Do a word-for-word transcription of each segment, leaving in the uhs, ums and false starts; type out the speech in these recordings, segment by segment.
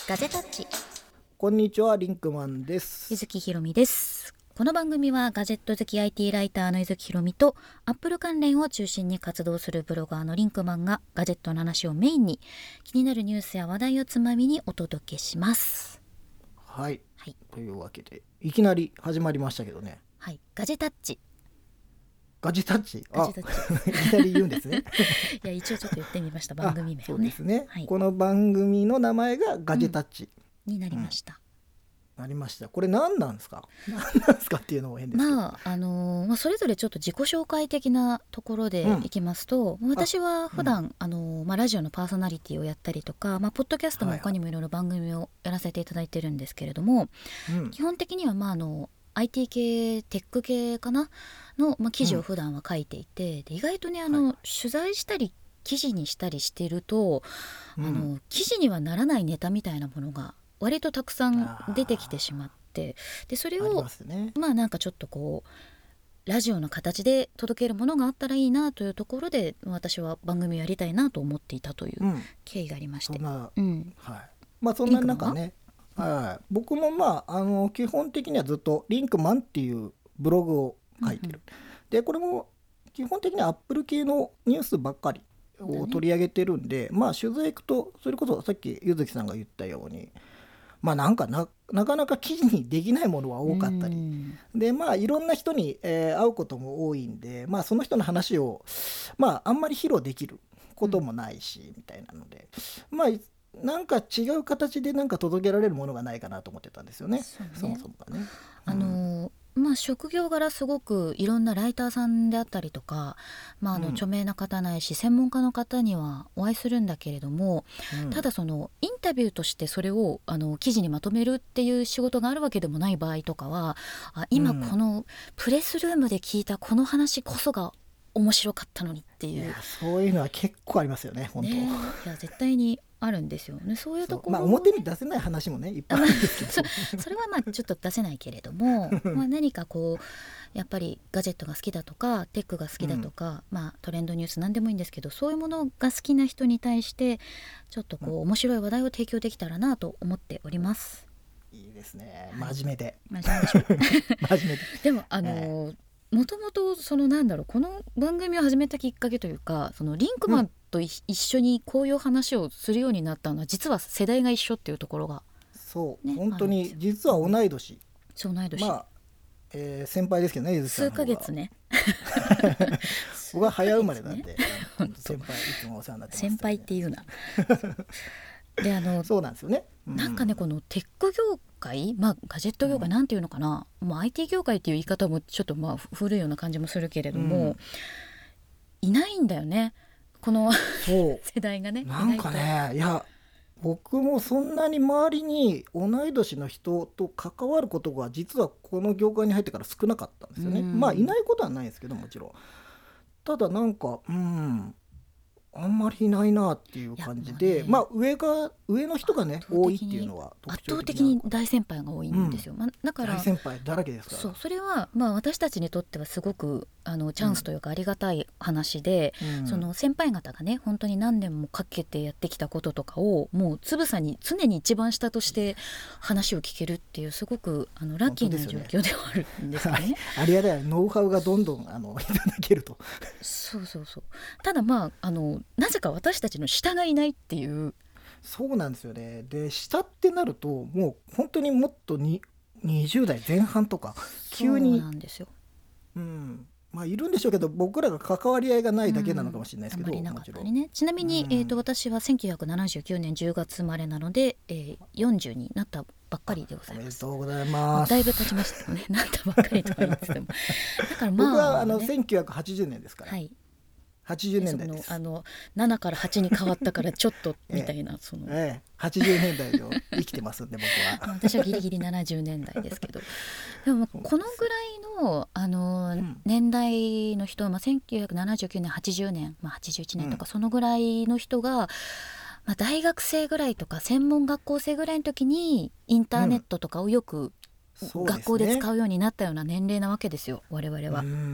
ガジェタッチ。 こんにちは、リンクマンです。 柚木ひろみです。この番組はガジェット好き アイティー ライターの柚木ひろみとアップル関連を中心に活動するブロガーのリンクマンがガジェットの話をメインに気になるニュースや話題をつまみにお届けします。 はい、 はい、 というわけでいきなり始まりましたけどね。 はい、ガジェタッチ。 ガジェタッチ。 ガジェタッチいきなり言うんですね。 いや一応ちょっと言ってみました。番組名をね。 そうですね、 はい、 この番組の名前がガジェタッチ、 うん、になりました。 うん、なりました。これ何なんですか何なんですかっていうのも変ですけど、 まああのーまあ、それぞれちょっと自己紹介的なところでいきますと、うん、私は普段、うんあのーまあ、ラジオのパーソナリティをやったりとか、まあ、ポッドキャストも他にもいろいろ番組をやらせていただいてるんですけれども、はいはい、基本的には、まあ、あの アイティー 系テック系かなの、まあ、記事を普段は書いていて、うん、で意外とねあの、はい、取材したり記事にしたりしてると、うん、あの記事にはならないネタみたいなものが割とたくさん出てきてしまって、でそれを、ね、まあなんかちょっとこうラジオの形で届けるものがあったらいいなというところで私は番組をやりたいなと思っていたという経緯がありまして、 うん、そんな、 うんはい、まあそんな中ね、はい、僕もまああの基本的にはずっとリンクマンっていうブログを書いてる、うんうん、でこれも基本的にアップル系のニュースばっかりを取り上げてるんで、ね、まあ取材行くとそれこそさっき柚木さんが言ったようにまあなんか な, なかなか記事にできないものは多かったりで、まあいろんな人に、えー、会うことも多いんで、まあその人の話をまああんまり披露できることもないし、うん、みたいなので、まあなんか違う形でなんか届けられるものがないかなと思ってたんですよね。 そうね、 そもそもがね。 あのーまあ、職業柄すごくいろんなライターさんであったりとか、まあ、あの著名な方ないし、うん、専門家の方にはお会いするんだけれども、うん、ただそのインタビューとしてそれをあの記事にまとめるっていう仕事があるわけでもない場合とかはあ今このプレスルームで聞いたこの話こそが面白かったのにっていう、 いやそういうのは結構ありますよね本当、ね、 いや絶対にあるんですよね。そういうところ、ね、 まあ、表に出せない話もねいっぱいあるんですけどそ, それはまあちょっと出せないけれどもまあ何かこうやっぱりガジェットが好きだとかテックが好きだとか、うんまあ、トレンドニュース何でもいいんですけどそういうものが好きな人に対してちょっとこう面白い話題を提供できたらなと思っております。 いいですね、真面目で、 はい、真面目でしょ真面目ででもあのーえーもともとそのなんだろうこの番組を始めたきっかけというかそのリンクマンと、うん、一緒にこういう話をするようになったのは実は世代が一緒っていうところが、 そう、ね、本当に実は同い年、 そう同い年、 まあえー、先輩ですけどね数ヶ月ね僕は早生まれなんで先輩いつもお世話になってます、ね、 先輩っていうなであのそうなんですよね、 うん、なんかねこのテック業界、まあ、ガジェット業界なんていうのかな、うん、もう アイティー 業界っていう言い方もちょっとまあ古いような感じもするけれども、うん、いないんだよねこの世代がね。 なんかねいや僕もそんなに周りに同い年の人と関わることが実はこの業界に入ってから少なかったんですよね、うん、まあいないことはないですけどもちろんただなんかうんあんまりいないなっていう感じで、ね、まあ上が上の人がね多いっていうのは圧倒的に大先輩が多いんですよ、うんまあ、だから大先輩だらけですからそうそれはまあ私たちにとってはすごくあのチャンスというかありがたい話で、うん、その先輩方がね本当に何年もかけてやってきたこととかをもうつぶさに常に一番下として話を聞けるっていうすごくあのラッキーな状況ではあるんですよね。 ありがたいノウハウがどんどんあのいただけるとそうそうそうただまああのなぜか私たちの下がいないっていうそうなんですよね。で下ってなるともう本当にもっとににじゅう代前半とか急にそうなんですよ、 うんまあ、いるんでしょうけど僕らが関わり合いがないだけなのかもしれないですけど、うん、 あんまりなかったりね。ちなみに、うんえー、と私はせんきゅうひゃくななじゅうきゅうねんじゅうがつ生まれなので、えー、よんじゅうになったばっかりでございます。 おめでとうございます。 だいぶ経ちましたけどねなったばっかりとは言っててもだからまあ、ね、 僕はあのせんきゅうひゃくはちじゅうねんですから、はいはちじゅうねんだいです。 あのななからはちに変わったからちょっとみたいな、ええそのええ、はちじゅうねんだいを生きてますんで僕は私はギリギリななじゅうねんだいですけどでもこのぐらいの、あの、うん、年代の人、まあ、せんきゅうひゃくななじゅうきゅうねんはちじゅうねん、まあ、はちじゅういちねんとかそのぐらいの人が、うんまあ、大学生ぐらいとか専門学校生ぐらいの時にインターネットとかをよく、うん、学校で使うようになったような年齢なわけですよ我々は、うんうん、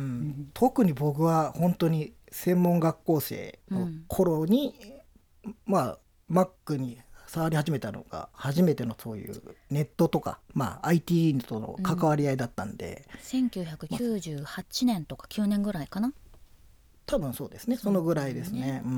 特に僕は本当に専門学校生の頃に、うん、まあ Mac に触り始めたのが初めてのそういうネットとか、まあ、アイティー との関わり合いだったんで、 うん、せんきゅうひゃくきゅうじゅうはちねんとかきゅうねんぐらいかな、 多分そうですね、そのぐらいですね。うん、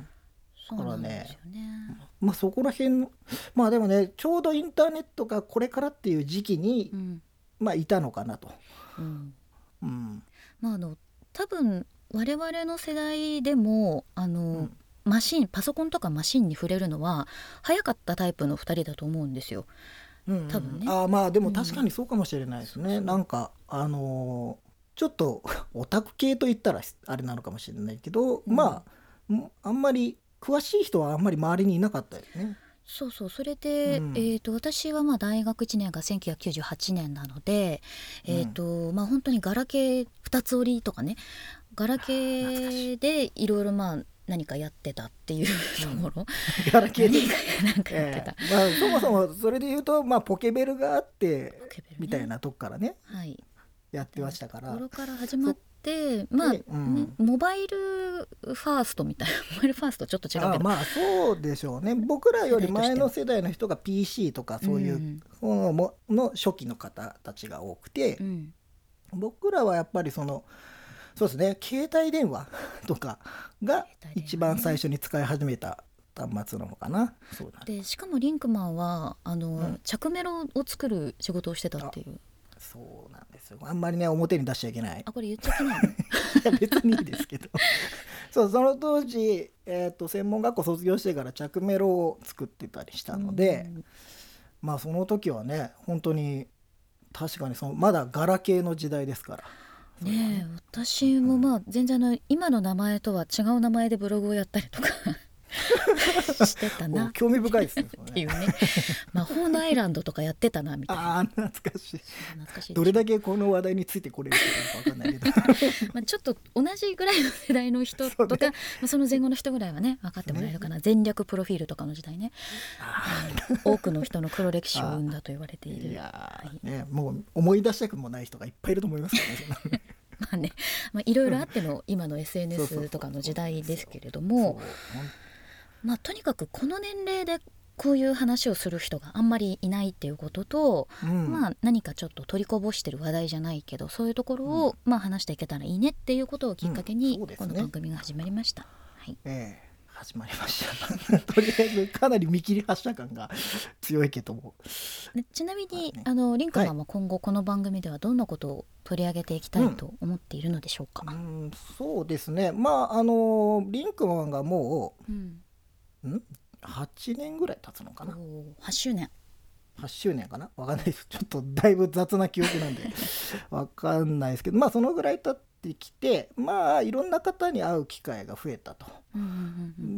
そうなんですよね。 まあそこら辺、まあでもね、ちょうどインターネットがこれからっていう時期に、うん、まあいたのかなと。うんうん、まああの多分我々の世代でもあの、うん、マシンパソコンとかマシンに触れるのは早かったタイプのふたりだと思うんですよ。うんうん、多分ね。 あ、まあでも確かにそうかもしれないですね。うん、なんかあのー、ちょっとオタク系と言ったらあれなのかもしれないけど、うん、まああんまり詳しい人はあんまり周りにいなかったですね。 そうそう、それで、うん、えー、と私はまあ大学いちねんがせんきゅうひゃくきゅうじゅうはちねんなので、うん、えーとまあ、本当にガラケーふたつ折りとかね、ガラケーでいろいろまあ何かやってたっていうところ、うん、 ガラケーで何かやってた、えーまあ、そもそもそれで言うと、まあ、ポケベルがあって、ね、みたいなとこからね、はい、やってましたから、 ところから始まってでまあ、うん、モバイルファーストみたいな、モバイルファーストちょっと違うけど、 あまあそうでしょうね。僕らより前の世代の人が ピーシー とかそういう、うん、のもの初期の方たちが多くて、うん、僕らはやっぱりそのそうですね、携帯電話とかが一番最初に使い始めた端末なのかな。そうだね。 でしかもリンクマンはあの、うん、着メロを作る仕事をしてたっていう。 そうなんですよ。あんまりね表に出しちゃいけない。 あ、これ言っちゃいけないの？いや別にいいですけどそう、その当時、えー、と専門学校卒業してから着メロを作ってたりしたので、まあその時はね本当に確かにそのまだガラケーの時代ですからね。ねえ、私もまあ全然あの今の名前とは違う名前でブログをやったりとかしてたな興味深いですねっていうね魔法のアイランドとかやってたなみたいな。 あ懐かしい。懐かしい。どれだけこの話題についてこれるか分かんないけどまあちょっと同じぐらいの世代の人とか そ,、ね、まあ、その前後の人ぐらいはね分かってもらえるかな、ね、全略プロフィールとかの時代ね、多くの人の黒歴史を生んだと言われている。 いや、はい、ね、もう思い出したくもない人がいっぱいいると思いますからねまあね、まあ、いろいろあっての今の エスエヌエス とかの時代ですけれども、まあ、とにかくこの年齢でこういう話をする人があんまりいないっていうことと、うん、まあ、何かちょっと取りこぼしてる話題じゃないけどそういうところを、うん、まあ、話していけたらいいねっていうことをきっかけに、うんね、この番組が始まりました。はい、 ええ、始まりましたとりあえずかなり見切り発車感が強いけども、 ちなみに、ね、あのリンクマンは今後この番組ではどんなことを取り上げていきたいと思っているのでしょうか。 うんうん、そうですね、まああのリンクマンがもう、うんんはちねんぐらい経つのかな。 はちしゅうねんはちしゅうねんかな、わかんないです。ちょっとだいぶ雑な記憶なんでわかんないですけど、まあそのぐらい経ってきて、まあいろんな方に会う機会が増えたと、うんうんうん、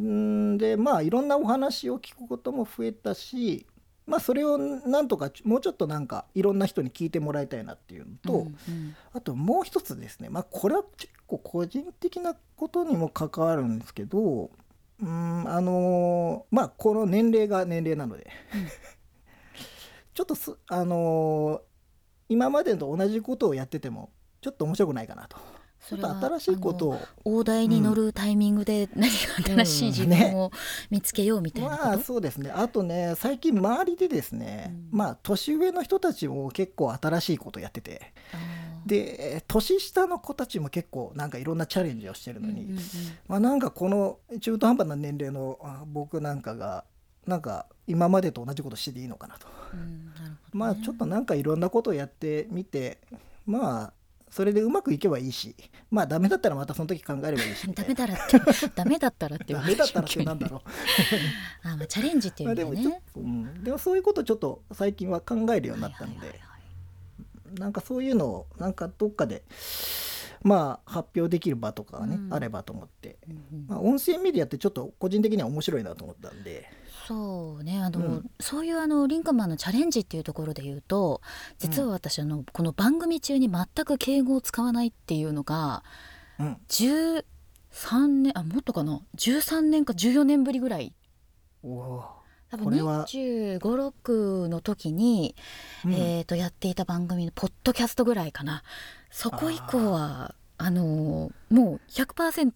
んでまあいろんなお話を聞くことも増えたし、まあそれをなんとかもうちょっとなんかいろんな人に聞いてもらいたいなっていうのと、うんうん、あともう一つですね、まあこれは結構個人的なことにも関わるんですけど、うーんあのー、まあこの年齢が年齢なので、うん、ちょっとすあのー、今までと同じことをやっててもちょっと面白くないかなと。ちょっと新しいことを大台に乗るタイミングで何か新しい自分を見つけようみたいなこと、 うんうんね、まあそうですね。あとね最近周りでですね、うん、まあ年上の人たちも結構新しいことをやってて、で年下の子たちも結構なんかいろんなチャレンジをしてるのに、うんうんうん、まあ、なんかこの中途半端な年齢の僕なんかがなんか今までと同じことしてていいのかなと、うん、なるほどね。まあちょっとなんかいろんなことをやってみて、まあそれでうまくいけばいいし、まあダメだったらまたその時考えればいいしダメだらってダメだったらってダメだったらってなんだろうあ、まあ、チャレンジっていうのね、まあ、でもちょっと、 うん、でもそういうことちょっと最近は考えるようになったので、はいはいはいはい、なんかそういうのをなんかどっかでまあ発表できる場とかね、うん、あればと思って、うんうん、まあ、音声メディアってちょっと個人的には面白いなと思ったんで、 そうね、あの、うん、そういうあのリンクマンのチャレンジっていうところで言うと、実は私、うん、あのこの番組中に全く敬語を使わないっていうのが、うん、じゅうさんねんあもっとかなじゅうさんねんかじゅうよねんぶりぐらい。お多分にじゅうご、ろくの時に、うん、えー、とやっていた番組のポッドキャストぐらいかな。そこ以降はあのもう ひゃくパーセント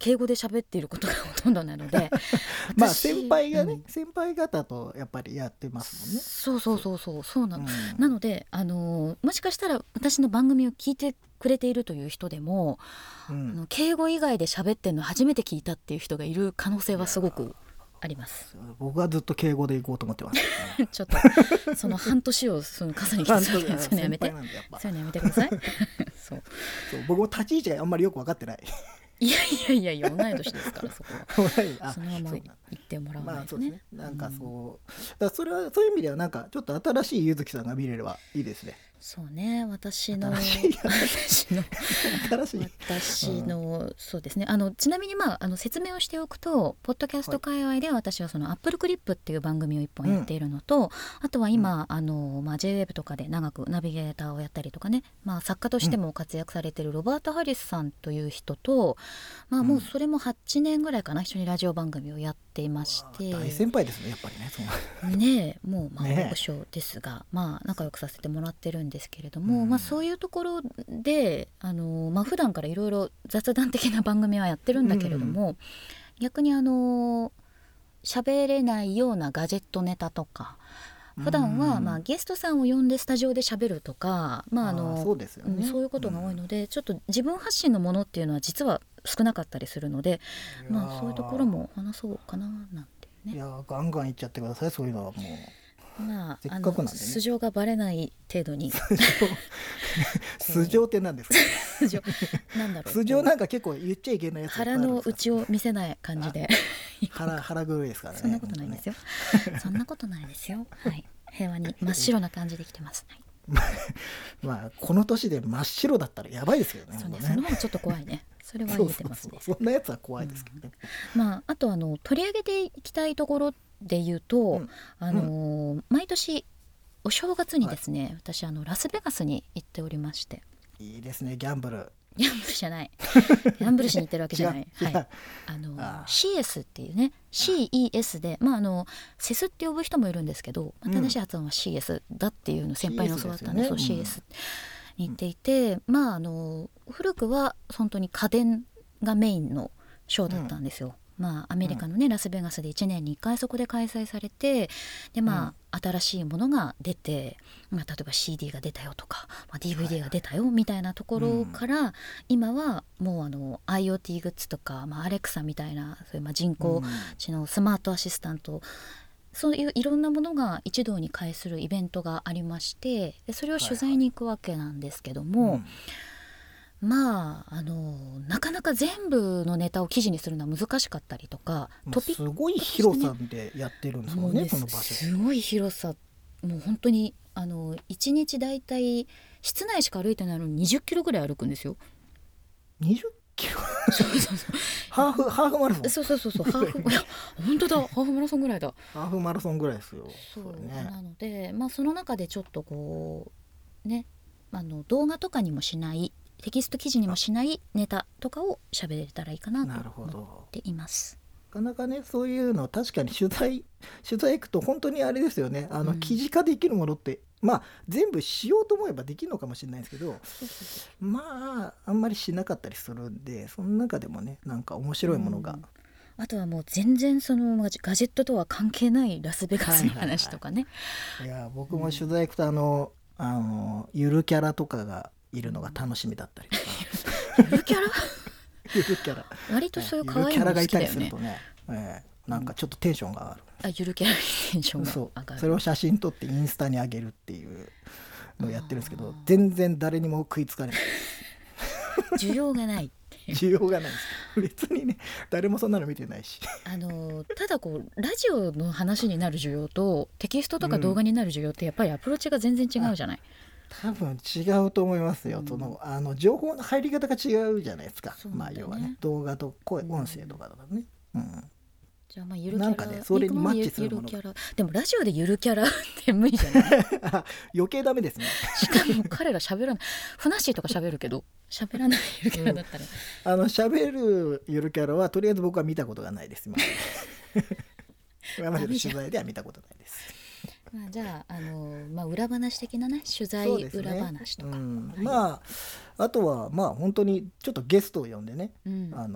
敬語で喋っていることがほとんどなのでまあ先輩がね、 うん、 先輩方とやっぱりやってますもんね。 そうそうそうそうそうなの、 うん、 なので、あのもしかしたら私の番組を聞いてくれているという人でも、うん、あの敬語以外で喋ってるの初めて聞いたっていう人がいる可能性はすごくあります。 僕はずっと敬語で行こうと思ってます、 ね、ちょっとその半年をその傘に来てそういうのやめてそういうのやめてくださいそうそう僕も立ち位置があんまりよく分かってないいやいやいやいや同い年ですからそこはそのまま言ってもらわないとね。 まあそうですね。なんかそう、うん、だそれはそういう意味ではなんかちょっと新しいゆずきさんが見れればいいですね。 そうね、私の新しい私の新しい私の、うん、そうですね。あのちなみにまああの説明をしておくと、ポッドキャスト界隈で私はそのアップルクリップっていう番組を一本やっているのと、うん、あとは今、うん、あのまあ ジェイウェブ とかで長くナビゲーターをやったりとかね、まあ作家としても活躍されているロバート・ハリスさんという人と、まあもうそれもはちねんぐらいかな、一緒にラジオ番組をやっていまして、 大先輩ですねやっぱりね。 そうねえもうまあ大御所ですが、ね、まあ仲良くさせてもらってるんですけれども、うん、まあそういうところであのまあ普段からいろいろ雑談的な番組はやってるんだけれども、うん、逆にあの喋れないようなガジェットネタとか。普段はまあゲストさんを呼んでスタジオで喋るとか、まああのそうですよね、 うん、そういうことが多いので、うん、ちょっと自分発信のものっていうのは実は少なかったりするので、まあそういうところも話そうかななんてね。 いやガンガンいっちゃってください。そういうのはもうまあ、 せっかくなんでね、 素性がバレない程度に素性って何ですか素性なんだろう素性なんか結構言っちゃいけないやつ腹の内を見せない感じで腹腹黒いですからね。 そんなことないですよそんなことないですよ、はい、平和に真っ白な感じで来てます、はいまあこの年で真っ白だったらやばいですよね。 そうね、 ねその方がちょっと怖いね。それは言えてますね。 そうそうそう、そんなやつは怖いですけどね、 うん、まああとあの取り上げていきたいところで言うと、うん、あのーうん、毎年お正月にですね、はい、私あのラスベガスに行っておりまして。 いいですね。ギャンブルギャンブルじゃないギャンブルしに行ってるわけじゃないはい、あのあ シーエス っていうね シーイーエス で、まああのセスって呼ぶ人もいるんですけど、まあ、正しい発音は シーエス だっていうのを先輩に教わったんで、そう シーエス に行っていて、うん、まああの古くは本当に家電がメインのショーだったんですよ、うんまあ、アメリカのね、うん、ラスベガスでいちねんにいっかいそこで開催されて、でまあ、うん、新しいものが出て、まあ、例えば シーディー が出たよとか、まあ、ディーブイディー が出たよみたいなところから、はい、今はもうあの IoT グッズとか、まあ、アレクサみたいなそういうまあ人工知能スマートアシスタント、そういういろんなものが一堂に会するイベントがありまして、でそれを取材に行くわけなんですけども、はいはい、うんまあ、あのなかなか全部のネタを記事にするのは難しかったりとか、 トピック、ね、すごい広さでやってるんですもんね、この場所。 すごい広さ、もう本当にあのいちにちだいたい室内しか歩いてないのににじゅっキロぐらい歩くんですよ。 にじゅっキロそうそうそうハーフハーフマラソンそうそうそうそうハーフいや本当だハーフマラソンぐらいだハーフマラソンぐらいですよ。 そう、ね、なので、まあ、その中でちょっとこうねあの動画とかにもしないテキスト記事にもしないネタとかを喋れたらいいかなと思っています。 なかなかねそういうの確かに取材取材行くと本当にあれですよね、あの、うん、記事化できるものってまあ全部しようと思えばできるのかもしれないですけど、まああんまりしなかったりするんで、その中でもねなんか面白いものが、うん、 あとはもう全然そのガジェットとは関係ないラスベガスの話とかね、 はいはいはい、いや僕も取材行くとあの、うん、あのゆるキャラとかがいるのが楽しみだったりとかゆるキャラゆるキャラ割とそういう可愛いの好きだよね。ゆるキャラがいたりするとね、 えー、なんかちょっとテンションが上がる、 うん、あゆるキャラにテンションが上がる。 そうそれを写真撮ってインスタに上げるっていうのをやってるんですけど、全然誰にも食いつかれない需要がない需要がないです別にね誰もそんなの見てないしあのただこうラジオの話になる需要とテキストとか動画になる需要ってやっぱりアプローチが全然違うじゃない、 うん、多分違うと思いますよ、うん、そのあの情報の入り方が違うじゃないですか、ね、まあ要はね動画と声、音声とかだからね、うんうん、 じゃあまあゆるキャラなんかねそれにマッチするものゆるキャラでもラジオでゆるキャラって無理じゃない余計ダメですねしかも彼ら喋らないふなっしーとか喋るけど喋らないゆるキャラだったら、 うん、あの喋るゆるキャラはとりあえず僕は見たことがないです今までの取材では見たことないです。 まあ、じゃあ、あのまあ、裏話的なね取材、ね、裏話とか、 うんはい、まああとはまあ本当にちょっとゲストを呼んでね、うん、あの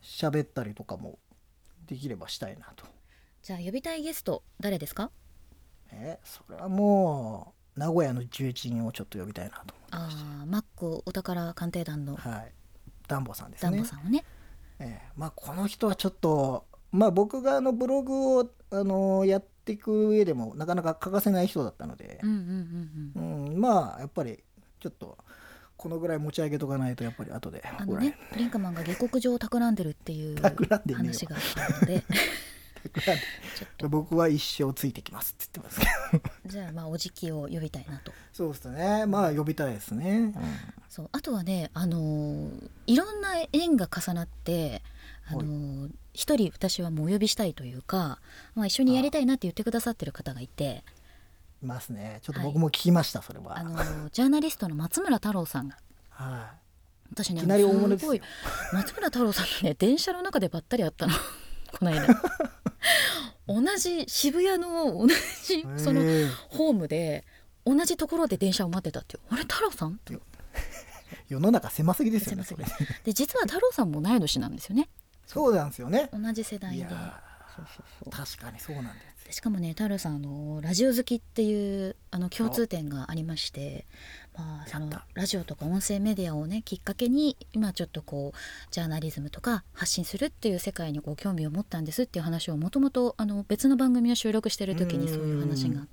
喋ったりとかもできればしたいなと。 じゃあ呼びたいゲスト誰ですか？ えそれはもう名古屋の重鎮をちょっと呼びたいなと思ってまして。 あマックお宝鑑定団のはいダンボさんですね。 ダンボさんをね、 えー、まあこの人はちょっとまあ僕があのブログをあのやっていく上でもなかなか欠かせない人だったので、 うんうんうんうん、 うん、まあやっぱりちょっとこのぐらい持ち上げとかないとやっぱり後であのねリンカマンが下克上を企んでるっていう企んでねえわ話があるのでちょっと僕は一生ついてきますって言ってますけどじゃあまあおじきを呼びたいなと。 そうですね、まあ呼びたいですね、うん、 そうあとはね、あのー、いろんな縁が重なって、あのー、一人私はもうお呼びしたいというか、まあ、一緒にやりたいなって言ってくださってる方がいていますね。ちょっと僕も聞きました、はい、それはあのー、ジャーナリストの松村太郎さんがはい、 私ね、 いきなり大物ですよ。 すごい松村太郎さんとね電車の中でばったり会ったのこの間同じ渋谷の同じそのホームで同じところで電車を待ってたっていう、あれ太郎さんって世の中狭すぎですよね。 で実は太郎さんも同い年なんですよね。 そうなんですよね。 同じ世代で、そうそうそう確かにそうなんです。 でしかもね太郎さんあのラジオ好きっていうあの共通点がありまして、まあ、そのラジオとか音声メディアをねきっかけに今ちょっとこうジャーナリズムとか発信するっていう世界にこう興味を持ったんですっていう話をもともと別の番組を収録してる時にそういう話があって、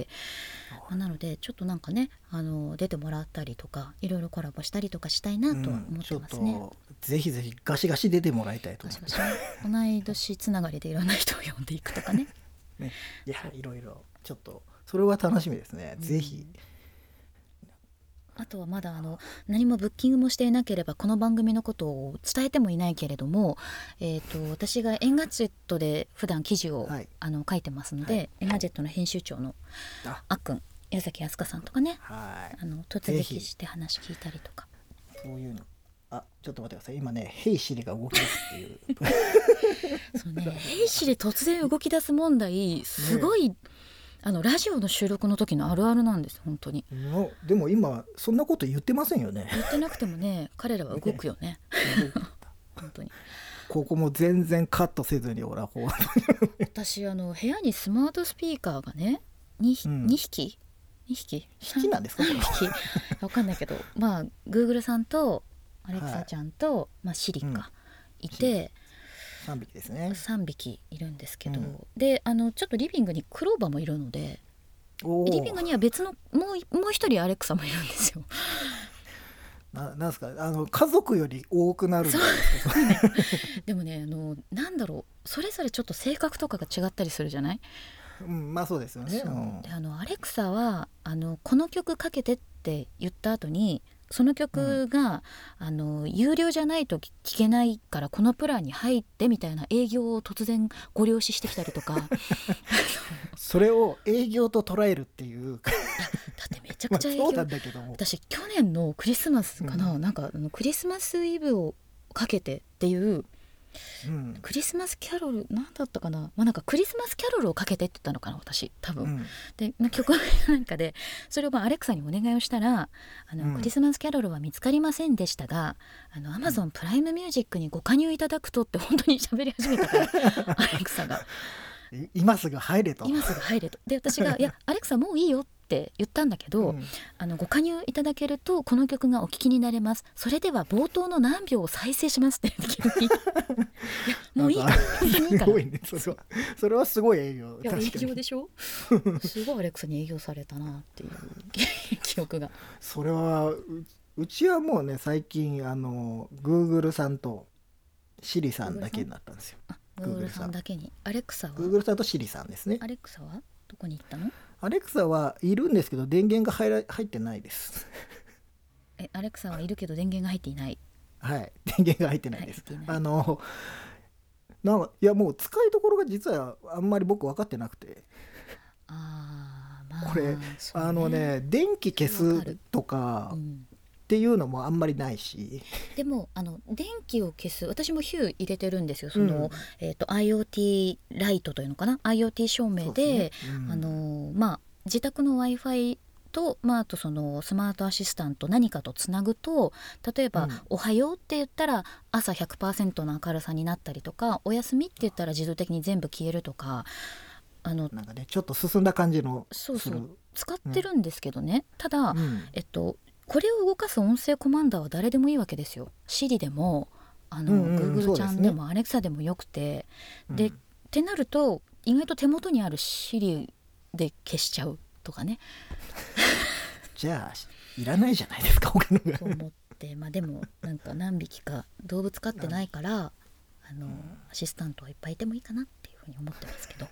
まあ、なのでちょっとなんかねあの出てもらったりとかいろいろコラボしたりとかしたいなとは思ってますね、うん、 ぜひぜひガシガシ出てもらいたいと思います。 同い年つながりでいろんな人を呼んでいくとかねね、いやいろいろちょっとそれは楽しみですね、うん、ぜひ。 あとはまだあの何もブッキングもしていなければこの番組のことを伝えてもいないけれども、えー、と私がエンガジェットで普段記事を、はい、あの書いてますので、はい、エンガジェットの編集長のあっくん矢崎康香さんとかね、はい、あの突撃して話聞いたりとかそういうの。あちょっと待ってください今ねヘイシリが動き出すっていうそうねヘイシリ突然動き出す問題すごい、ね、あのラジオの収録の時のあるあるなんです本当に。 でも今そんなこと言ってませんよね。 言ってなくてもね彼らは動くよね本当にここも全然カットせずにほらほ私あの部屋にスマートスピーカーがね 2,、うん、にひきにひきひきなんですかにひきわかんないけどまあ Google さんとアレクサちゃんと、はいまあ、シリか、うん、いてさんびきですね。 さんびきいるんですけど、うん、であのちょっとリビングにクローバーもいるのでリビングには別のもうもう一人アレクサもいるんですよ。 ななんですかあの家族より多くなるんですかね、でもねあのなんだろうそれぞれちょっと性格とかが違ったりするじゃない、 うん、まあそうですよね。 そうであのアレクサはあのこの曲かけてって言った後にその曲が、うん、あの有料じゃないと聴けないからこのプランに入ってみたいな営業を突然ご了承してきたりとかそれを営業と捉えるっていうだってめちゃくちゃ営業、まあ、そうなんだけども私去年のクリスマスかな、うん、なんかあのクリスマスイブをかけてっていううん、クリスマスキャロルなんだったかな、まあ、なんかクリスマスキャロルをかけてって言ったのかな私多分、うん、で曲なんかでそれをまあアレクサにお願いをしたらあの、うん、クリスマスキャロルは見つかりませんでしたがあの Amazon プライムミュージックにご加入いただくとって本当に喋り始めたからアレクサが今すぐ入れと今すぐ入れとで私がいやアレクサもういいよって言ったんだけど、うん、あのご加入いただけるとこの曲がお聴きになれますそれでは冒頭の何秒を再生しますって急にいやもういいからすごいねそれはそれはすごい営業いや営業でしょすごいアレクサに営業されたなっていう記憶がそれは う, うちはもうね最近あの Google さんと Siri さんだけになったんですよ。 Google さんだけにアレクサは Google さんと Siri さんですね。 アレクサはどこに行ったの？ アレクサはいるんですけど電源が入ら入ってないですえアレクサはいるけど電源が入っていない。 はい電源が入ってないです。あのなんかいやもう使いどころが実はあんまり僕分かってなくてあ、まあ、 これ、ね、あのね電気消すとか、うん、っていうのもあんまりないしでもあの電気を消す私もヒュー入れてるんですよその、うんえーと、IoT ライトというのかな IoT 照明で、ねうん、あのまあ、自宅の Wi-Fi と、まあ、あとそのスマートアシスタント何かとつなぐと、例えば、うん、おはようって言ったら朝 ひゃくパーセント の明るさになったりとか、お休みって言ったら自動的に全部消えるとか、あのなんかねちょっと進んだ感じのそうそう使ってるんですけどね、うん、ただ、うん、えっとこれを動かす音声コマンダーは誰でもいいわけですよ。 Siri でもあの、うんうん、Google ちゃんでも Alexa でもよくて、で、うん、ってなると意外と手元にある Siri で消しちゃうとかねじゃあいらないじゃないですか他のがと思って、まあでもなんか何匹か動物飼ってないからあの、うん、アシスタントはいっぱいいてもいいかなっていうふうに思ってますけど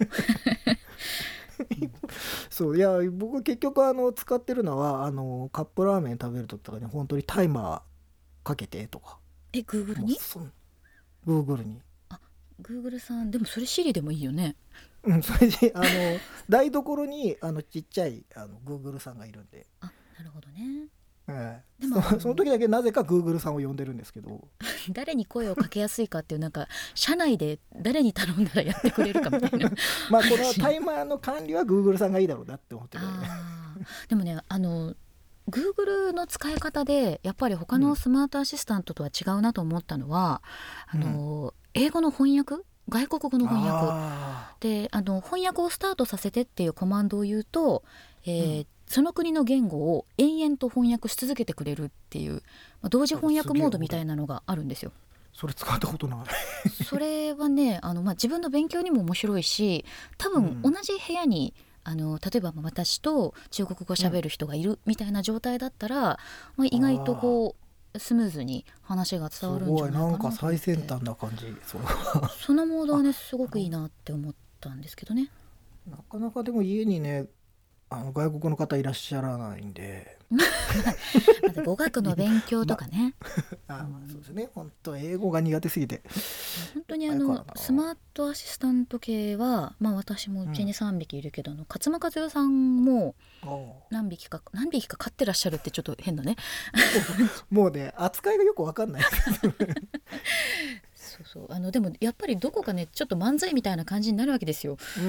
そういや僕結局あの使ってるのはあのカップラーメン食べるときとかに本当にタイマーかけてとか。 え Google に Google にあ Google さんでもそれ Siri でもいいよね。 うん、それであの台所にあのちっちゃいあの Google さんがいるんで。 あなるほどね。 ええ、でも そ, その時だけなぜか Google さんを呼んでるんですけど誰に声をかけやすいかっていうなんか社内で誰に頼んだらやってくれるかみたいなまあこのタイマーの管理は Google さんがいいだろうなって思ってる、ね、 あでもねあの Google の使い方でやっぱり他のスマートアシスタントとは違うなと思ったのは、うん、あの英語の翻訳外国語の翻訳であの翻訳をスタートさせてっていうコマンドを言うと、えーうんその国の言語を延々と翻訳し続けてくれるっていう、まあ、同時翻訳モードみたいなのがあるんですよ。 それ使ったことないそれはねあの、まあ、自分の勉強にも面白いし多分同じ部屋に、うん、あの例えば私と中国語喋る人がいるみたいな状態だったら、うんまあ、意外とこうスムーズに話が伝わるんじゃないかなと思って。すごいなんか最先端な感じ。そ, そのモードはねすごくいいなって思ったんですけどね。 なかなかでも家にねあの外国の方いらっしゃらないんでまず語学の勉強とかねまあ、そうですね本当英語が苦手すぎて本当にあのスマートアシスタント系は、まあ、私もうちにさんびきいるけど、うん、勝間和代さんも何匹か何匹か飼ってらっしゃるってちょっと変だねもうね扱いがよく分かんないそうそうあのでもやっぱりどこかねちょっと漫才みたいな感じになるわけですよ。 うん、うん、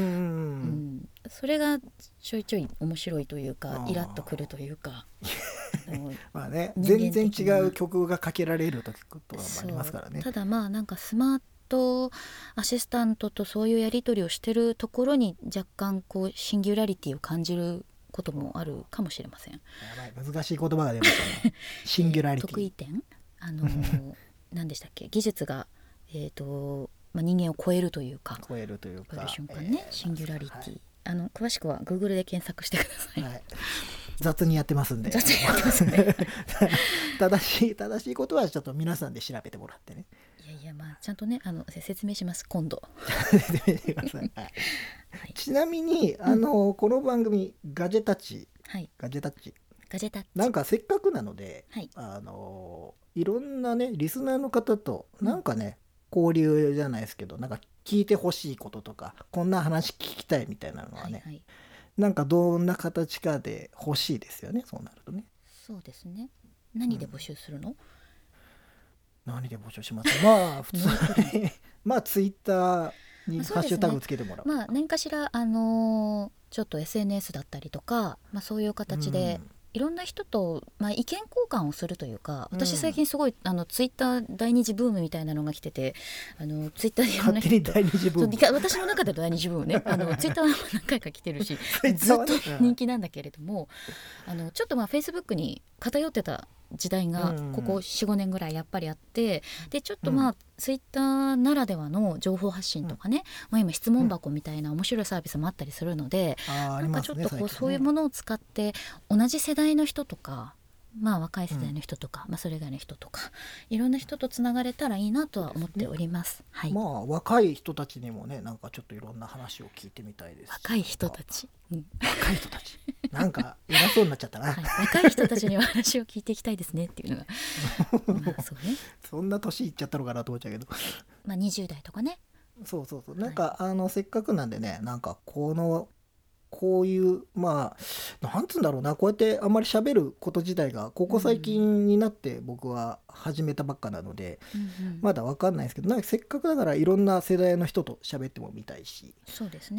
それがちょいちょい面白いというかイラッとくるというかまあね全然違う曲がかけられる時とかもありますからね。 ただまあなんかスマートアシスタントとそういうやり取りをしてるところに若干こうシンギュラリティを感じることもあるかもしれません。やばい難しい言葉が出ましたねシンギュラリティ、 得意点あの何でしたっけ技術がえーとまあ、人間を超えるというか超えるというか超える瞬間ね、えー、シンギュラリティ、はい、あの詳しくは Google で検索してください、はい、 雑にやってますんで雑にやってますね正しい正しいことはちょっと皆さんで調べてもらってね。 いやいやまあちゃんとねあの説明します今度説明してください、はいはい、ちなみにあの、うん、この番組ガジェタッチ、はい、ガジェタッチガジェタッチなんかせっかくなので、はい、あのいろんなねリスナーの方となんかね、うん、交流じゃないですけどなんか聞いてほしいこととかこんな話聞きたいみたいなのはね、はいはい、なんかどんな形かで欲しいですよねそうなるとね。 そうですね何で募集するの、うん、 何で募集しますまあ普通にまあツイッターにハッシュタグつけてもらう、 まあ何かしらあのー、ちょっと エスエヌエス だったりとか、まあ、そういう形で、うんいろんな人と、まあ、意見交換をするというか私最近すごい、うん、あのツイッター第二次ブームみたいなのが来ててあのツイッターでいろんな人と第二次ブーム私の中で第二次ブームねあのツイッターは何回か来てるしずっと人気なんだけれどもあのちょっとまあフェイスブックに偏ってた時代がここ よん,ご 年ぐらいやっぱりあってでちょっとまあ、うん、ツイッターならではの情報発信とかね、うんまあ、今質問箱みたいな面白いサービスもあったりするので、うん、なんかちょっとこう、ね、そういうものを使って同じ世代の人とかまあ若い世代の人とか、うんまあ、それ以外の人とかいろんな人とつながれたらいいなとは思っております、はい、 まあ若い人たちにもねなんかちょっといろんな話を聞いてみたいです。 若い人たち、うん、 若い人たちなんか偉そうになっちゃったな、 はい、若い人たちには話を聞いていきたいですねっていうのがまあそうねそんな年いっちゃったのかなと思っちゃうけどまあにじゅう代とかねそうそうそうなんか、はい、あのせっかくなんでねなんかこのこういうまあなんつうんだろうなこうやってあんまり喋ること自体がここ最近になって僕は始めたばっかなので、うんうん、まだ分かんないですけどなんかせっかくだからいろんな世代の人と喋ってもみたいしそうですね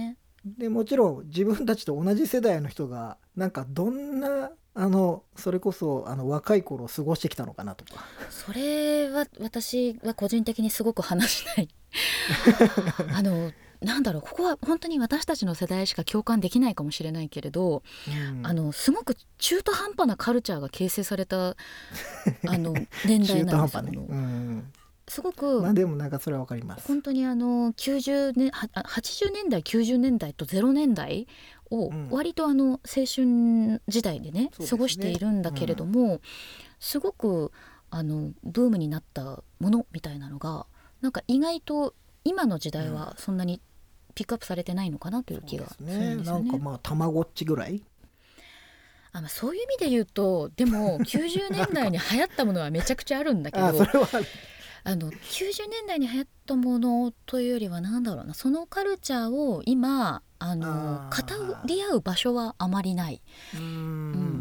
でもちろん自分たちと同じ世代の人がなんかどんなあのそれこそあの若い頃を過ごしてきたのかなとか、 それは私は個人的にすごく話したいあのなんだろう、ここは本当に私たちの世代しか共感できないかもしれないけれど、うん、あのすごく中途半端なカルチャーが形成されたあの年代なんですよ。中途半端ね、うん、すごく、 まあ、でもなんかそれはわかります。 本当にあのきゅうじゅうねんはちじゅうねんだいきゅうじゅうねんだいとゼロねんだいを割とあの青春時代でね、うん、過ごしているんだけれども、うん、すごくあのブームになったものみたいなのがなんか意外と今の時代はそんなにピックアップされてないのかなという気がするんですよね。 そうですね。なんかまあたまごっちぐらい、 あ、まあ、そういう意味で言うとでもきゅうじゅうねんだいに流行ったものはめちゃくちゃあるんだけどあ、それはあのきゅうじゅうねんだいに流行ったものというよりはなんだろうな、そのカルチャーを今あの語り合う場所はあまりない。うーん、うん、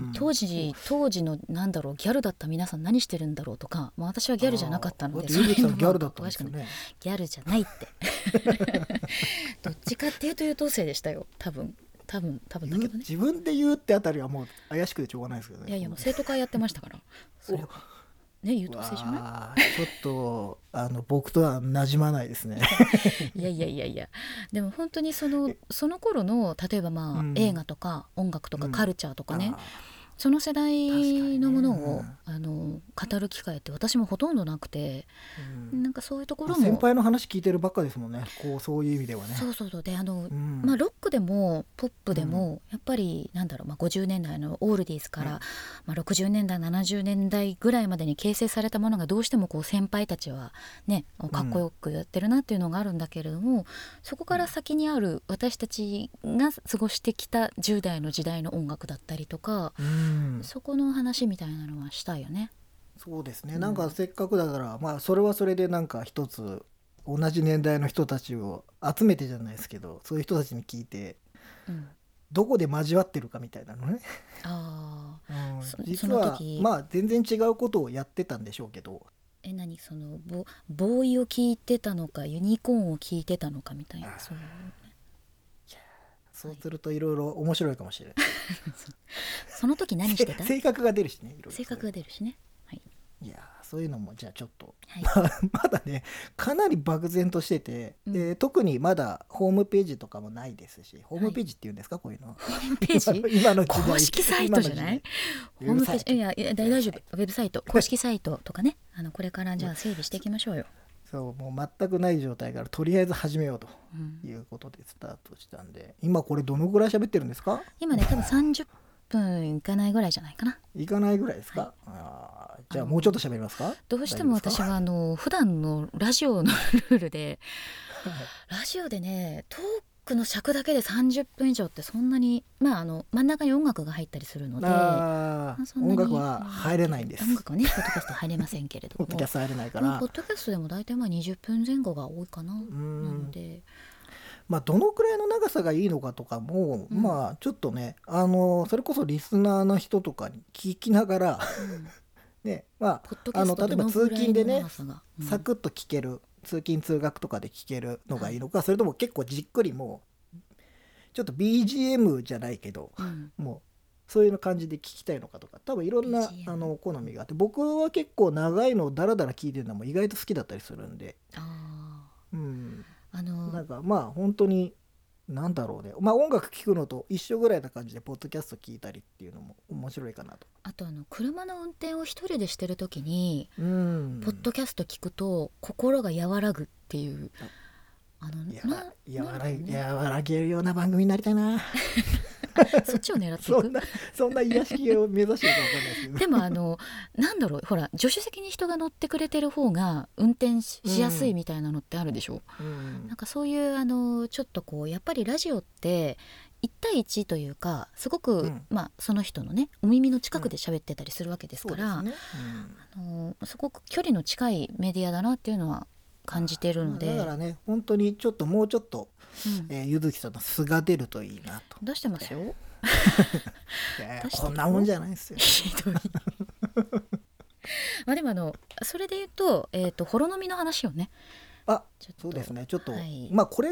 当時当時のなんだろうギャルだった皆さん何してるんだろうとか、まあ、私はギャルじゃなかったので、 それのギャルだったんですよね。 ギャルじゃないってどっちかっていうと優等生でしたよ、多分多分多分だけどね。 自分で言うってあたりはもう怪しくてしょうがないですけどね。 いやいや、もう生徒会やってましたからそれはね、優等生じゃない。 ちょっとあの僕とは馴染まないですねいやいやいやいや、でも本当にそのその頃の例えばまあ、うん、映画とか音楽とかカルチャーとかね、うん、その世代のものを、ね、あの語る機会って私もほとんどなくて、うん、なんかそういうところも先輩の話聞いてるばっかですもんね。こうそういう意味ではね。 そうそうそう。であの、うん、まあ、ロックでもポップでも、うん、やっぱりなんだろう、まあ、ごじゅうねんだいのオールディーズから、うん、まあ、ろくじゅうねんだいななじゅうねんだいぐらいまでに形成されたものがどうしてもこう先輩たちはねかっこよくやってるなっていうのがあるんだけれども、うん、そこから先にある私たちが過ごしてきたじゅうだいの時代の音楽だったりとか、うん、そこの話みたいなのはしたいよね。 そうですね、なんかせっかくだから、まあそれはそれでなんか一つ同じ年代の人たちを集めてじゃないですけど、そういう人たちに聞いて、うん、どこで交わってるかみたいなのね。あ、うん、実はまあ全然違うことをやってたんでしょうけど、 え何そのボボーイを聞いてたのかユニコーンを聞いてたのかみたいな、そういうね。 いや、そうするといろいろ面白いかもしれないその時何してた？ 性格が出るしね、いろいろ性格が出るしね。 いやそういうのもじゃあちょっと、はい、まだねかなり漠然としてて、うん、えー、特にまだホームページとかもないですし、ホームページっていうんですか、はい、こういうのホームページ今の公式サイトじゃない？ホームページ、いやいや大丈夫、ウェブサイト公式サイトとかね、あのこれからじゃあ整備していきましょうよ。 そうもう全くない状態からとりあえず始めようということでスタートしたんで、うん、今これどのぐらい喋ってるんですか？ 今ね多分さんじゅっぷんいかないぐらいじゃないかな。 いかないぐらいですか、はい、あじゃあもうちょっと喋りますか？ どうしても私はあの普段のラジオのルールでラジオでねトークの尺だけでさんじゅっぷん以上ってそんなに、まああの真ん中に音楽が入ったりするので、あ、 まあ、音楽は入れないんです。 音楽はねポッドキャスト入れませんけれどもポッドキャスト入れないから、 ポッドキャストでも大体まあにじゅっぷんぜん後が多いかな。なのでまあ、どのくらいの長さがいいのかとかも、うん、まあちょっとねあのそれこそリスナーの人とかに聞きながら、うんね、まあ、あの例えば通勤でね、うん、サクッと聞ける、通勤通学とかで聞けるのがいいのか、はい、それとも結構じっくりもうちょっと ビージーエム じゃないけど、うん、もうそういう感じで聞きたいのかとか、多分いろんなあの好みがあって、僕は結構長いのをダラダラ聞いてるのも意外と好きだったりするんで、あ、うん、あのー、なんかまあ本当になんだろうね、まあ音楽聴くのと一緒ぐらいな感じでポッドキャスト聞いたりっていうのも面白いかなと。 あとあの車の運転を一人でしてる時に、うん、ポッドキャスト聞くと心が和らぐっていう、あのやなやわら、ね、和らげるような番組になりたいなそっちを狙っていくそんなそんな癒し系を目指してるか分かんないですけどでもあのなんだろう、ほら助手席に人が乗ってくれてる方が運転 し, しやすいみたいなのってあるでしょ、うん、なんかそういうあのちょっとこうやっぱりラジオっていち対いちというかすごく、うん、まあその人のねお耳の近くで喋ってたりするわけですから、うん、そうですね、うん、あのすごく距離の近いメディアだなっていうのは感じてるので、 だからね本当にちょっともうちょっと、うん、えー、ゆずきさんの素が出るといいなと。 出してますよいやいやこんなもんじゃないですよひどいまあでもあのそれで言うと、えーと、ホロノミの話をね、 あそうですねちょっと、はい、まあこれが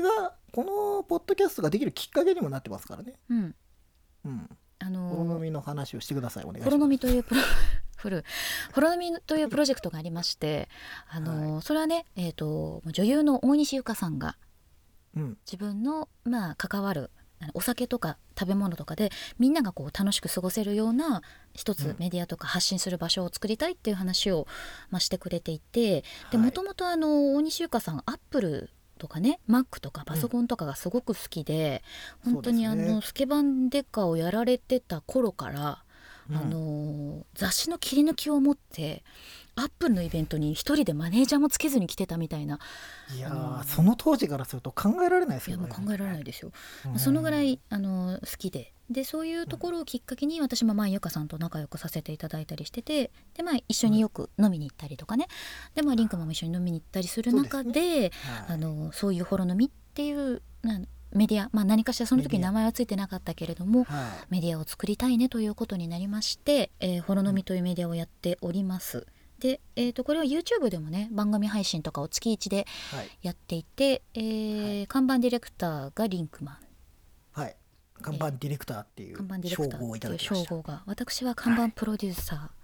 このポッドキャストができるきっかけにもなってますからね。 うんうん、 あのー、 ホロノミの話をしてください。お願いします。 ホロノミというプロフルホロノミというプロジェクトがありまして、あのーはい、それはね、えーと、女優の大西ゆかさんが自分の、まあ、関わるお酒とか食べ物とかでみんながこう楽しく過ごせるような一つメディアとか発信する場所を作りたいっていう話を、まあ、してくれていて、でもともと大西ゆかさんアップルとかね Mac とかパソコンとかがすごく好きで、うん、本当にあのスケバンデカをやられてた頃から、うん、あの雑誌の切り抜きを持ってアップルのイベントに一人でマネージャーもつけずに来てたみたいな。 いや、あのー、その当時からすると考えられないですよね。 いやもう考えられないですよ、うん、そのぐらいあの好きででそういうところをきっかけに私もまあゆかさんと仲良くさせていただいたりしてて、で、まあ、一緒によく飲みに行ったりとかね、で、まあ、リンクマンも一緒に飲みに行ったりする中 で, で、ねはい、あのそういうホロノミっていうなメディア、まあ、何かしらその時に名前はついてなかったけれども メデ,、はい、メディアを作りたいねということになりまして、えー、ホロノミというメディアをやっております、うんでえー、とこれは YouTube でもね番組配信とかを月いちでやっていて、はいえーはい、看板ディレクターがリンクマン、 はい看板ディレクターっていう称号をいただきました。 称号が私は看板プロデューサー、はい、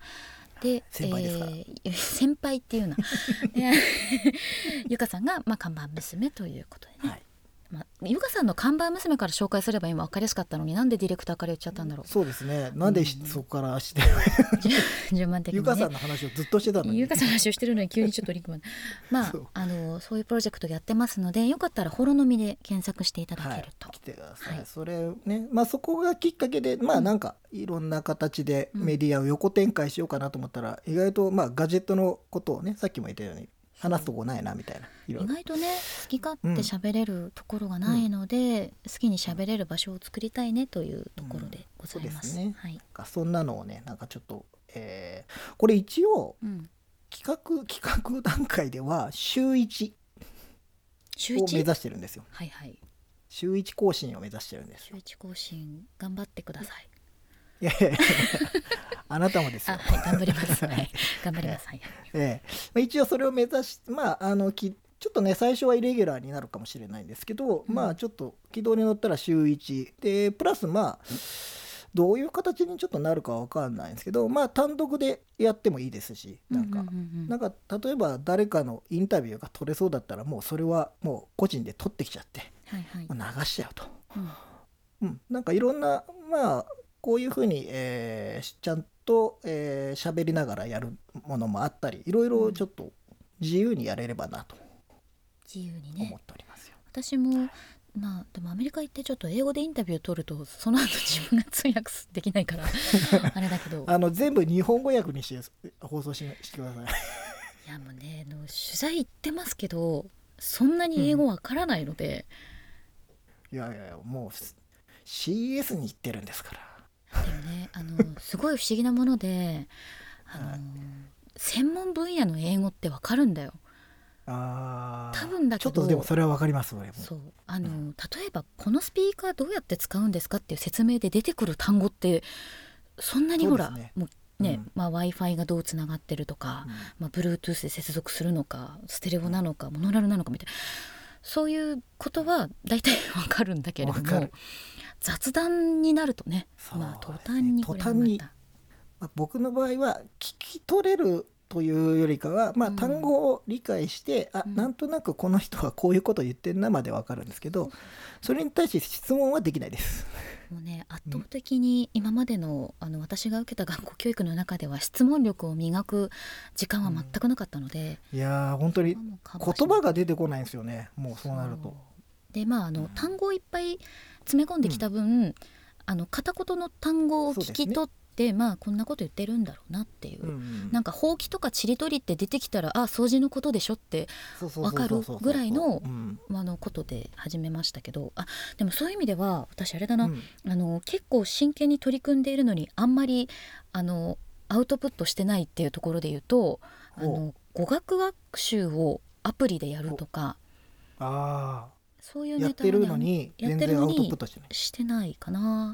で先輩ですか、 えー、先輩っていうのゆかさんが、まあ、看板娘ということでね、はいまあ、ゆかさんの看板娘から紹介すれば今分かりやすかったのになんでディレクターから言っちゃったんだろう。 そうですね、なんで、うん、そこからして順番的に、ね、 ゆかさんの話をずっとしてたのにゆかさんの話をしてるのに急にちょっとリンクマンまあそうあのそういうプロジェクトやってますのでよかったらホロノミで検索していただけると、 はい、来てください、はい、それね、まあ、そこがきっかけでまあなんかいろんな形でメディアを横展開しようかなと思ったら、うん、意外とまあガジェットのことをねさっきも言ったように話すとこないなみたいな、 意外とね好き勝手喋れるところがないので、うん、好きに喋れる場所を作りたいねというところでございます、うん、そうですね、はい、なんかそんなのをねなんかちょっと、えー、これ一応、うん、企画企画段階では週いちを目指してるんですよ。 はいはい、 週いち更新を目指してるんですよ。 週いち更新頑張ってください。 いやいやいやあなたもですよ。 はい、頑張ります。はい、頑張ります。はい。 ええ、一応それを目指し、まああのきちょっとね最初はイレギュラーになるかもしれないんですけど、うん、まあちょっと軌道に乗ったら週いちでプラスまあどういう形にちょっとなるかわかんないんですけど、まあ単独でやってもいいですし、なんか、うんうんうんうん、なんか例えば誰かのインタビューが取れそうだったらもうそれはもう個人で取ってきちゃって、はいはい、流しちゃうと、うんうん、なんかいろんなまあこういうふうに、えー、ちゃんと、えー、喋りながらやるものもあったりいろいろちょっと自由にやれればなと自由にね思っておりますよ。 私もまあでもアメリカ行ってちょっと英語でインタビューを取るとその後自分が通訳できないからあれだけどあの全部日本語訳にして放送 し, してください。 いやもうねの取材行ってますけどそんなに英語わからないので、 うん、いやいやもう シーエス に行ってるんですから。 でもねあのすごい不思議なものであの、はい、専門分野の英語ってわかるんだよ。 あ多分だけどちょっとでもそれはわかります。俺もそうあの、うん、例えばこのスピーカーどうやって使うんですかっていう説明で出てくる単語ってそんなにほら、ね、もうね、うんまあ、Wi-Fi がどうつながってるとか、うんまあ、Bluetooth で接続するのかステレオなのか、うん、モノラルなのかみたいなそういうことは大体わかるんだけれども雑談になるとね、まあ、途端にこれがまた途端に、まあ、僕の場合は聞き取れるというよりかは、まあ、単語を理解して、うん、あなんとなくこの人はこういうことを言ってるなまでわかるんですけど、うん、それに対して質問はできないです。 もうね圧倒的に今まで の,、うん、あの私が受けた学校教育の中では質問力を磨く時間は全くなかったので、 うん、いや本当に言葉が出てこないんですよね。もうそうなるとで、まあ、あの、うん、単語をいっぱい詰め込んできた分、うん、あの片言の単語を聞き取って、まあこんなこと言ってるんだろうなっていう、うんうん、なんかほうきとかちりとりって出てきたらあ掃除のことでしょって分かるぐらいのことで始めましたけど、あでもそういう意味では私あれだな、うん、あの結構真剣に取り組んでいるのにあんまりあのアウトプットしてないっていうところで言うとあの語学学習をアプリでやるとかあそういうネタを、ね、 やってるのに全然アウトプットしてないしてないかな。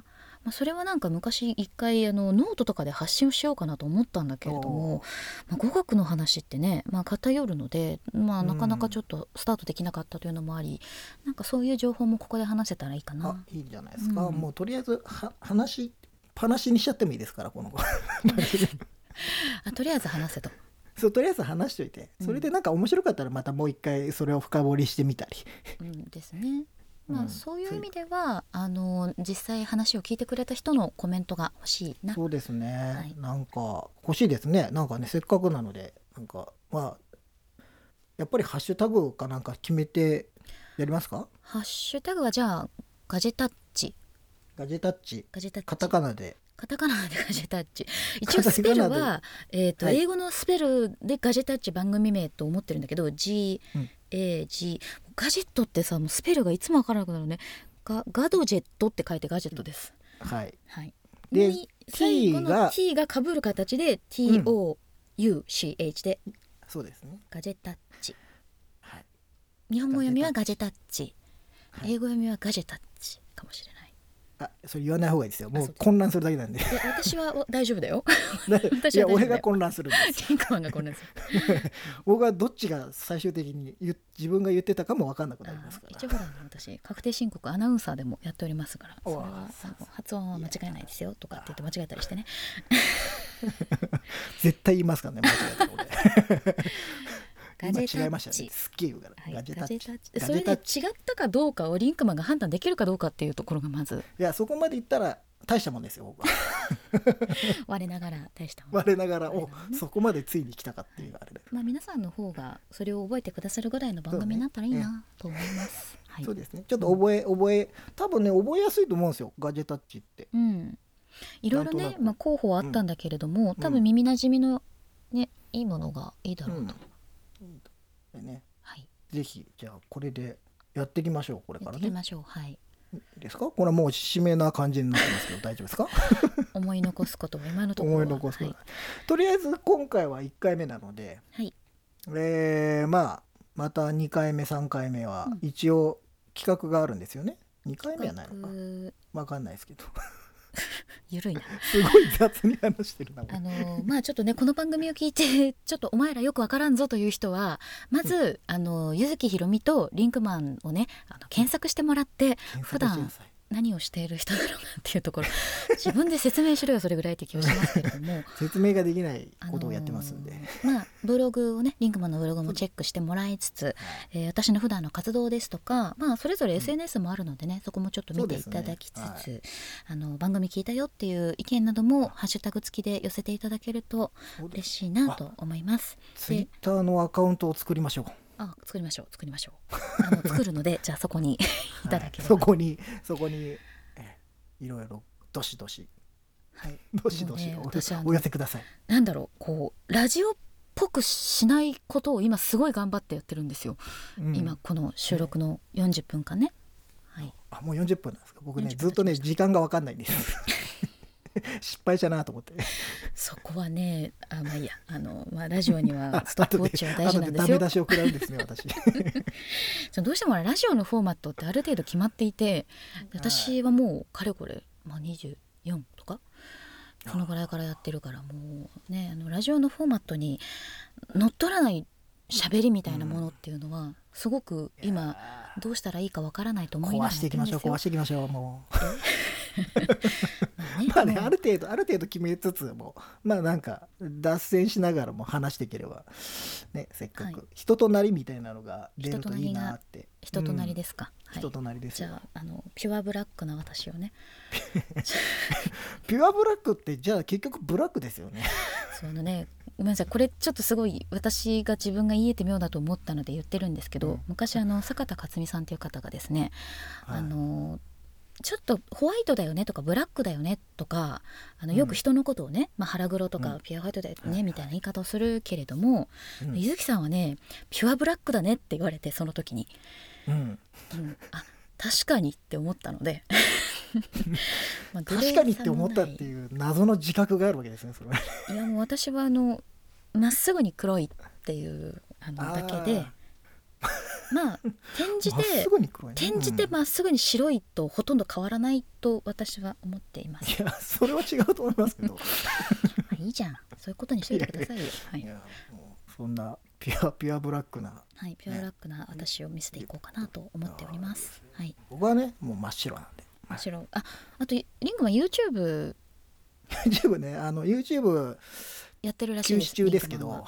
まあ、それはなんか昔一回あのノートとかで発信をしようかなと思ったんだけれども、まあ、語学の話ってね、まあ、偏るので、まあ、なかなかちょっとスタートできなかったというのもあり、うん、なんかそういう情報もここで話せたらいいかな。 あ、いいんじゃないですか、 うん、 もうとりあえずは話話にしちゃってもいいですからこのあとりあえず話せとそうとりあえず話しといて、それでなんか面白かったらまたもう一回それを深掘りしてみたり、 うんですね。まあ、 うん、 そういう意味ではあの実際話を聞いてくれた人のコメントが欲しいな。 そうですね、 はい、 なんか欲しいですね。なんかねせっかくなのでなんかまあやっぱりハッシュタグかなんか決めてやりますか。 ハッシュタグはじゃあガジェタッチガジェタッチ、 ガジェタッチカタカナでカタカナでガジェタッチ一応スペルは、えーとはい、英語のスペルでガジェタッチ番組名と思ってるんだけど ジーエージー、うん、ガジェットってさもうスペルがいつも分からなくなるね。ガ、ガドジェットって書いてガジェットです、 うん、はい、 はい、 で最後の T が被る形で ティーオーユーシーエイチ で、 うん、そうですね、 ガジェタッチ、 はい、 日本語読みはガジェタッチ、 はい、 英語読みはガジェタッチかもしれない。 あ、それ言わない方がいいですよ。もう混乱するだけなんで。 いや私は大丈夫だよいや俺が混乱するんですリンクマンが混乱する僕はどっちが最終的に言自分が言ってたかも分かんなくなりますから。 一応ほら私確定申告アナウンサーでもやっておりますから、それは発音は間違いないですよとかって言って間違えたりしてね絶対言いますからね間違えたら俺ガジェタッチ、 今違いましたね、すっげえ言うから、はい、ガジェタッチ、 ガジェタッチ、それで違ったかどうかをリンクマンが判断できるかどうかっていうところがまず、 いやそこまで言ったら大したもんですよ僕は我ながら大したもん我ながらお、ね、そこまでついに来たかっていうあれで、 まあ、皆さんの方がそれを覚えてくださるぐらいの番組になったらいいなと思います、 はい、そうですね、ちょっと覚え、うん、覚え多分ね覚えやすいと思うんですよガジェタッチって、 うん、いろいろね、まあ、候補はあったんだけれども、うん、多分耳なじみの、ね、いいものがいいだろうと、 うんね、 はい、 ぜひじゃあこれでやっていきましょう。これからねやっていきましょう。はい、 いいですか。これはもう締めな感じになってますけど大丈夫ですか思い残すことは今のところは思い残すこと、はい、とりあえず今回はいっかいめなので、 はい、 えー、まあまたにかいめさんかいめは一応企画があるんですよね、うん、にかいめはないのか分かんないですけどゆるいなすごい雑に話してるな。 あのー、まあちょっとねこの番組を聞いてちょっとお前らよくわからんぞという人はまず、うん、あの柚木ひろみとリンクマンをねあの検索してもらって普段何をしている人だろうなっていうところ自分で説明しろよそれぐらいって気がしますけれども説明ができないことをやってますんで、 あのー、まあブログをねリンクマンのブログもチェックしてもらいつつ、えー、私の普段の活動ですとか、まあ、それぞれ エスエヌエス もあるのでね、うん、そこもちょっと見ていただきつつ、ね、はい、あの番組聞いたよっていう意見などもハッシュタグ付きで寄せていただけると嬉しいなと思います。 ツイッターのアカウントを作りましょう。 あ、作りましょう作りましょうあの作るのでじゃあそこにいただければ、 はい、そこにそこにいろいろどしどし、はい、どしどし、ね、お, お寄せください。 なんだろう、こうラジオっぽくしないことを今すごい頑張ってやってるんですよ、うん、今この収録のよんじゅっぷんかんね、はい、 あもうよんじゅっぷんなんですか。僕ねずっとね時間が分かんないんです失敗したなと思ってそこはねあまあいいやあの、まあ、ラジオにはストップウォッチは大事なんですよ。 ダメ出しを食らうんですね私どうしてもラジオのフォーマットってある程度決まっていて、私はもうかれこれ、まあ、にじゅうよんとかそのぐらいからやってるから、もうねあのラジオのフォーマットに乗っ取らない喋りみたいなものっていうのはすごく今どうしたらいいかわからないと思いながら壊していきましょう壊していきましょうもうまあね、 まあねある程度ある程度決めつつもまあなんか脱線しながらも話していければね、せっかく、はい、人となりみたいなのが出るといいなって。 人となりですか、 うん、人となりですよ。 じゃあ、あのピュアブラックな私をねピュアブラックってじゃあ結局ブラックですよねそうね、ごめんなさい、これちょっとすごい私が自分が言えて妙だと思ったので言ってるんですけど、うん、昔あの坂田勝美さんという方がですね、はい、あのちょっとホワイトだよねとかブラックだよねとかあのよく人のことをね、うんまあ、腹黒とかピュアホワイトだよね、うん、みたいな言い方をするけれども、うん、柚木さんはねピュアブラックだねって言われてその時に、うんうん、あ確かにって思ったのでまあ確かにって思ったっていう謎の自覚があるわけですねそれ。 いやもう私はあのまっすぐに黒いっていうあのだけでまあ転じてまっすぐに黒いね、 転じてまっすぐに白いとほとんど変わらないと私は思っています。 いやそれは違うと思いますけどまあいいじゃん、そういうことにしておいてくださいよ。はい、 いやもうそんなピュアピュアブラックな、 はい、ピュアブラックな私を見せていこうかなと思っております。はい、 僕はねもう真っ白なんで。 真っ白。あ、あとリングは YouTube YouTube ね、あの YouTube やってるらしいです。 休止中ですけど、 はい、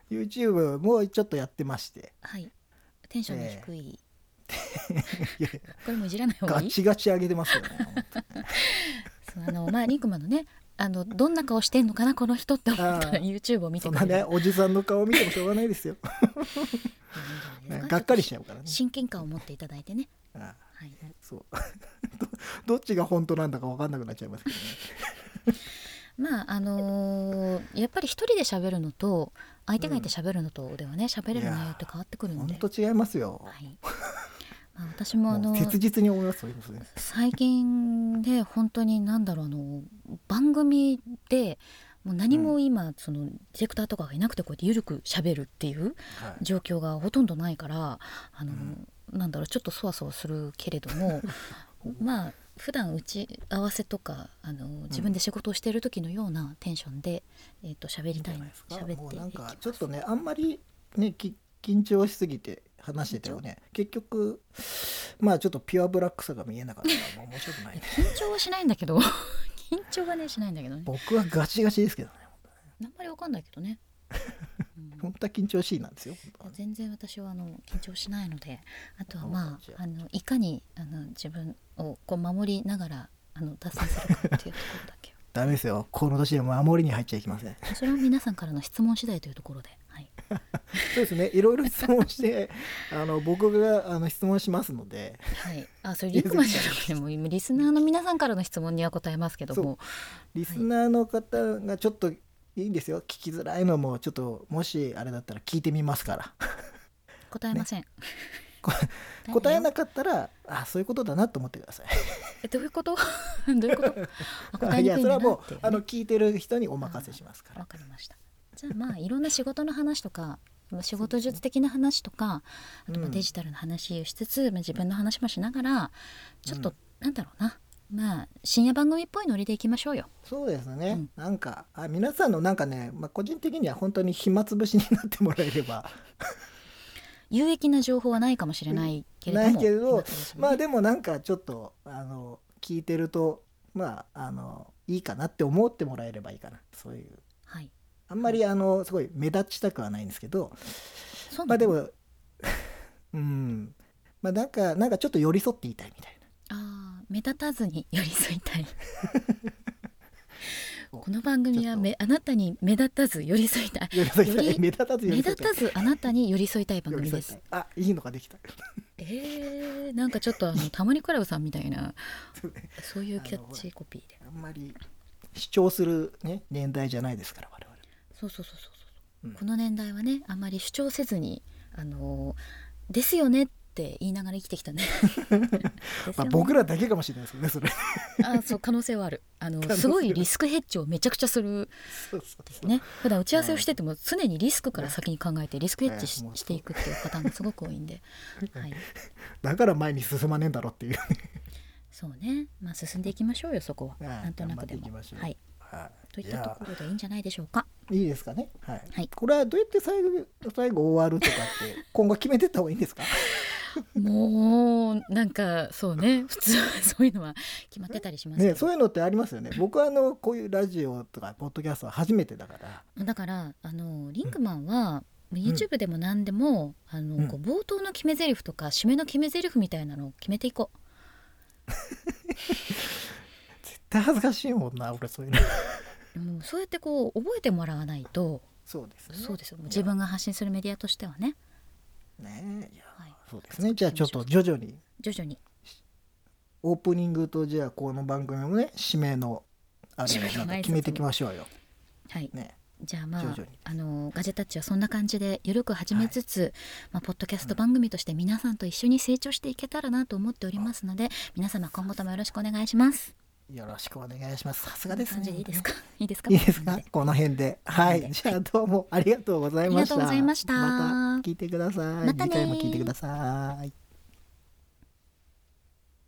YouTube もちょっとやってまして、 はい、テンションの低い、 いやこれもいじらない方がいい。 ガチガチ上げてますよね。 そうあのまあリンクマンのね、あのどんな顔してんのかなこの人って思ったら YouTube を見てくれる。 そんなねおじさんの顔見てもしょうがないですよ。がっかりしちゃうからね。 親近感を持っていただいてね。 ああ、 はい、 そうど, どっちが本当なんだか分かんなくなっちゃいますけどね。 まああのー、やっぱり一人で喋るのと相手がいて喋るのとではね、喋れる内容って変わってくるんで。 本当違いますよ。 はい、まあ、私もあの切実に思います。そういうことね。 最近で本当に何だろう、あの番組でもう何も今、うん、そのディレクターとかがいなくてこうやって緩く喋るっていう状況がほとんどないから、あの、うん、なんだろう、ちょっとそわそわするけれどもまあ普段打ち合わせとかあの自分で仕事をしている時のようなテンションで、うん、えー、と喋りたい喋っていきます。 なんかちょっとねあんまりねき緊張しすぎて話しててもね結局まあちょっとピュアブラックさが見えなかったらもう面白くない、ね、 緊張はしないんだけど緊張はねしないんだけどね。 僕はガチガチですけどね。 あんまりわかんないけどね。 うん、本当は緊張しいなんですよ。 全然私はあの緊張しないので、あとはまあ、あのいかにあの自分をこう守りながらあの脱線するかっていうところだけをダメですよ、この年で守りに入っちゃいけません。 それは皆さんからの質問次第というところで、はい、 そうですね、いろいろ質問してあの僕があの質問しますので、 はい、あそれリンクマンじゃなくてもリスナーの皆さんからの質問には答えますけども、 リスナーの方がちょっといいんですよ、聞きづらいのもちょっともしあれだったら聞いてみますから答えません、ね、 答えなかったらあそういうことだなと思ってください。 えどういうことどういうことあ答えにくいんだなっていうね、 いやそれはもうあの聞いてる人にお任せしますから。 わかりました。じゃあまあいろんな仕事の話とか仕事術的な話とか、あとデジタルの話をしつつ、うん、自分の話もしながらちょっと、うん、なんだろうな、まあ深夜番組っぽいノリでいきましょうよ。 そうですね、うん、なんかあ皆さんのなんかね、まあ、個人的には本当に暇つぶしになってもらえれば有益な情報はないかもしれないけれども、 ないけど、まあでもなんかちょっとあの聞いてるとまああのいいかなって思ってもらえればいいかな、そういう、 はい、 あんまりあのすごい目立ちたくはないんですけど、まあでもうんまあなんかなんかちょっと寄り添っていたいみたいな。 あ目立たずに寄り添いたいこの番組はめあなたに目立たず寄り添いたい寄り添いたい目立たず寄り添いたい目立たずあなたに寄り添いたい番組です。 あいいのができたえー、なんかちょっとあのタモリクラブさんみたいなそういうキャッチコピーであんまり主張する、ね、年代じゃないですから我々。 そうそうそうそうそう、うん、この年代はねあんまり主張せずにあのですよねって言いながら生きてきたねまあ僕らだけかもしれないですけどねそれあそう可能性はある。あのすごいリスクヘッジをめちゃくちゃするそうそうそう、 ね、普段打ち合わせをしてても常にリスクから先に考えてリスクヘッジ し,、していくっていうパターンがすごく多いんで、はい、 だから前に進まねえんだろっていうねそうね、まあ進んでいきましょうよそこは、なんとなくでもはい、 はい、 といったところでいいんじゃないでしょうか。 いいですかね、はいはい、 これはどうやって最後、最後終わるとかって今後決めてった方がいいんですかもうなんかそうね普通はそういうのは決まってたりしますけど、 ね、そういうのってありますよね。僕はあのこういうラジオとかポッドキャストは初めてだからだからあのリンクマンは、うん、YouTube でも何でも、うん、あの、うん、こう冒頭の決め台詞とか締めの決め台詞みたいなのを決めていこう絶対恥ずかしいもんな俺そういうのもうそうやってこう覚えてもらわないと。 そうですね、 そうですよ、自分が発信するメディアとしてはね。 ねえ、いや、はい、そうですね。じゃあちょっと徐々に徐々にオープニングとじゃあこの番組もね締めのあれをなんか決めていきましょうよ。 はいね、 じゃあまああのガジェタッチはそんな感じで緩く始めつつ、はい、まあ、ポッドキャスト番組として皆さんと一緒に成長していけたらなと思っておりますので、うん、皆様今後ともよろしくお願いします。 よろしくお願いします。さすがですね。 いいですかいいですかいいですかこの辺で。はい。じゃあどうもありがとうございました。 ありがとうございました。 また聞いてください。 またね。 次回も聞いてください。